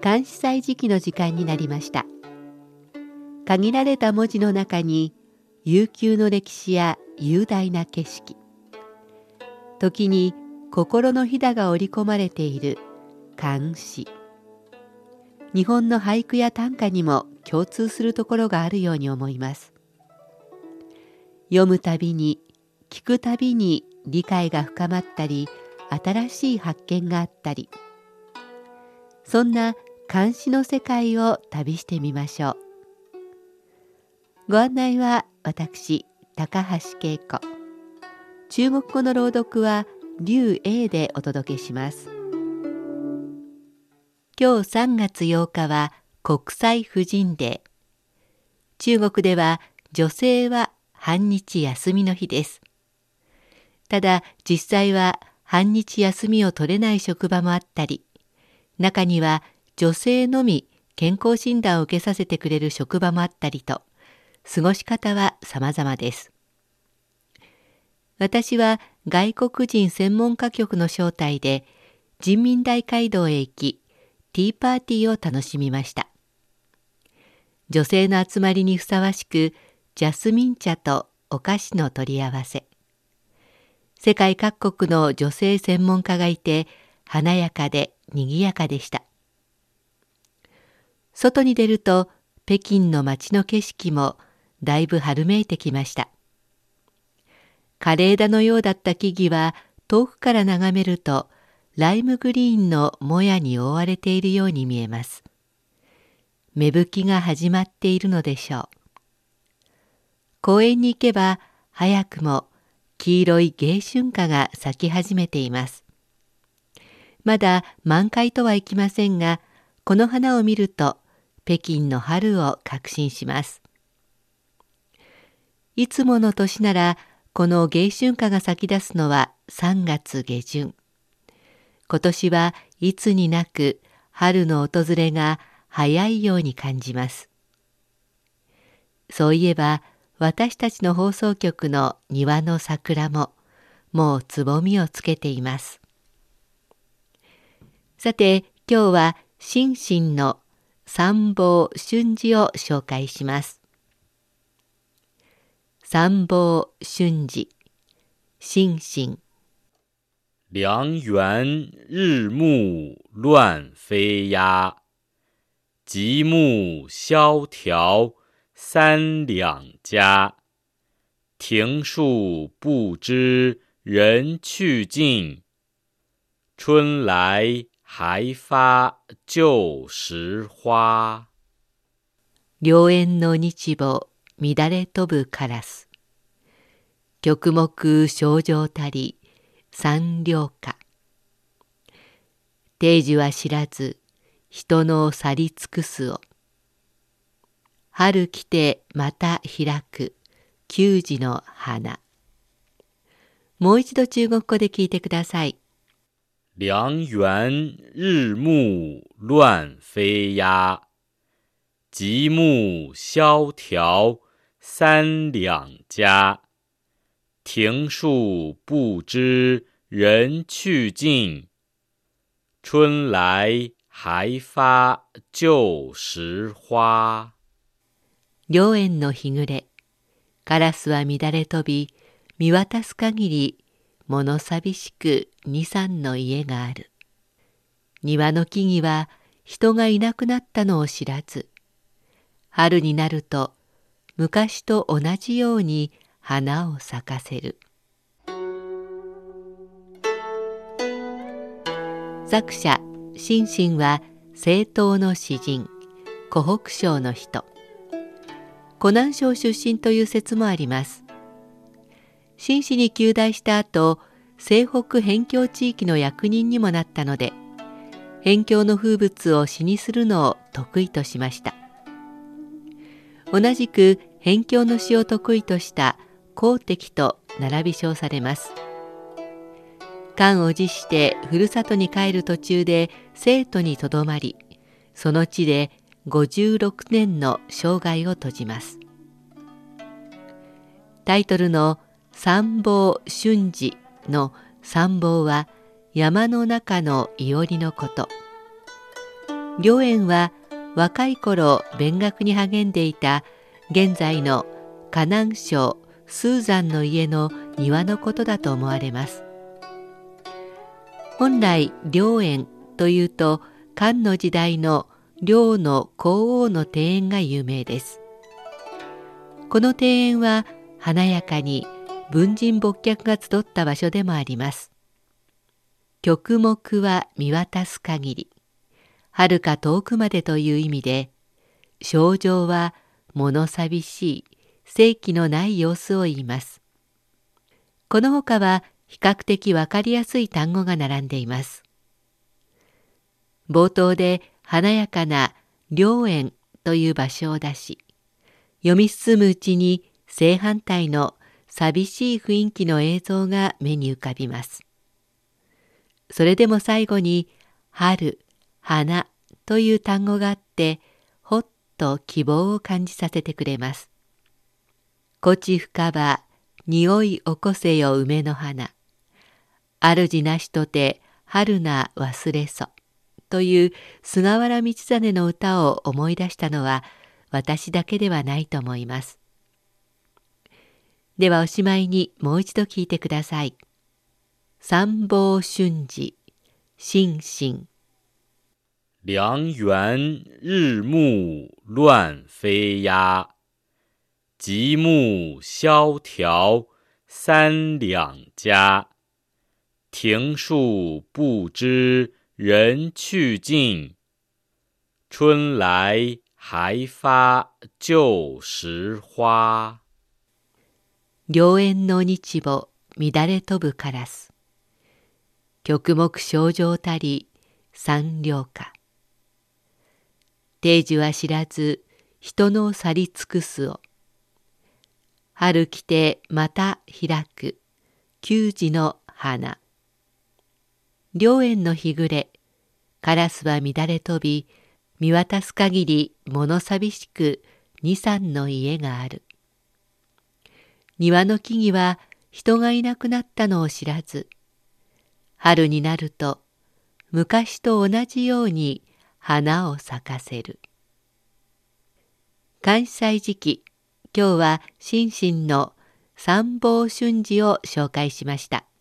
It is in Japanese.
漢詩祭時期の時間になりました。限られた文字の中に悠久の歴史や雄大な景色、時に心のひだが織り込まれている漢詩。日本の俳句や短歌にも共通するところがあるように思います。読むたびに、聞くたびに理解が深まったり、新しい発見があったり、そんな漢詩の世界を旅してみましょう。ご案内は私、高橋恵子。中国語の朗読は劉英でお届けします。今日3月8日は国際婦人デー。中国では女性は半日休みの日です。ただ実際は半日休みを取れない職場もあったり、中には女性のみ健康診断を受けさせてくれる職場もあったりと、過ごし方は様々です。私は外国人専門家局の招待で人民大会堂へ行き、ティーパーティーを楽しみました。女性の集まりにふさわしく、ジャスミン茶とお菓子の取り合わせ。世界各国の女性専門家がいて、華やかで賑やかでした。外に出ると、北京の街の景色もだいぶ春めいてきました。枯れ枝のようだった木々は遠くから眺めると、ライムグリーンのもやに覆われているように見えます。芽吹きが始まっているのでしょう。公園に行けば早くも黄色い迎春花が咲き始めています。まだ満開とはいきませんが、この花を見ると北京の春を確信します。いつもの年ならこの迎春花が咲き出すのは3月下旬。今年はいつになく春の訪れが早いように感じます。そういえば私たちの放送局の庭の桜ももうつぼみをつけています。さて今日は心身の三宝春至を紹介します。三宝春至、心身。 良缘日暮乱飞鸦，极目萧条三两家。庭树不知人去尽，春来还发旧时花。 良縁の日暮乱れ飛ぶカラス。極目少女たり三両花。定時は知らず人の去り尽くすを。春来てまた開く給仕の花。もう一度中国語で聞いてください。 良缘日暮乱飞鸦，极目萧条三两家。庭树不知人去尽，春来还发旧时花。 良縁の日暮れ、カラスは乱れ飛び、見渡す限り物寂しく二三の家がある。庭の木々は人がいなくなったのを知らず、春になると昔と同じように花を咲かせる。作者心身は政党の詩人、湖北省の人。湖南省出身という説もあります。心身に及第した後、西北辺境地域の役人にもなったので、辺境の風物を詩にするのを得意としました。同じく辺境の詩を得意とした孔敵と並び称されます。官を辞してふるさとに帰る途中で成都にとどまり、その地で56年の生涯を閉じます。タイトルの三宝春至の三宝は山の中のいおりのこと。 良縁は若い頃勉学に励んでいた現在の河南省スーザンの家の庭のことだと思われます。本来良縁というと漢の時代の遼の皇王の庭園が有名です。この庭園は華やかに文人墨客が集った場所でもあります。極目は見渡す限り、遥か遠くまでという意味で、症状は物寂しい、生気のない様子を言います。この他は比較的わかりやすい単語が並んでいます。冒頭で華やかな良縁という場所を出し、読み進むうちに正反対の寂しい雰囲気の映像が目に浮かびます。それでも最後に春、花という単語があって、ほっと希望を感じさせてくれます。こち深場、匂い起こせよ梅の花。主なしとて春な忘れそ。という菅原道真の歌を思い出したのは私だけではないと思います。ではおしまいにもう一度聞いてください。三宝春時、心身。 良缘日暮乱飞鸦，极目萧条三两家。庭树不知人去尽，春来还发旧时花。 良縁の日暮乱れ飛ぶカラス。極目症状たり三両花。定時は知らず人の去り尽くすを。春来てまた開く旧時の花。良縁の日暮れ、カラスは乱れ飛び、見渡す限り物寂しく二三の家がある。庭の木々は人がいなくなったのを知らず、春になると昔と同じように花を咲かせる。関西時期、今日は心身の三宝春時を紹介しました。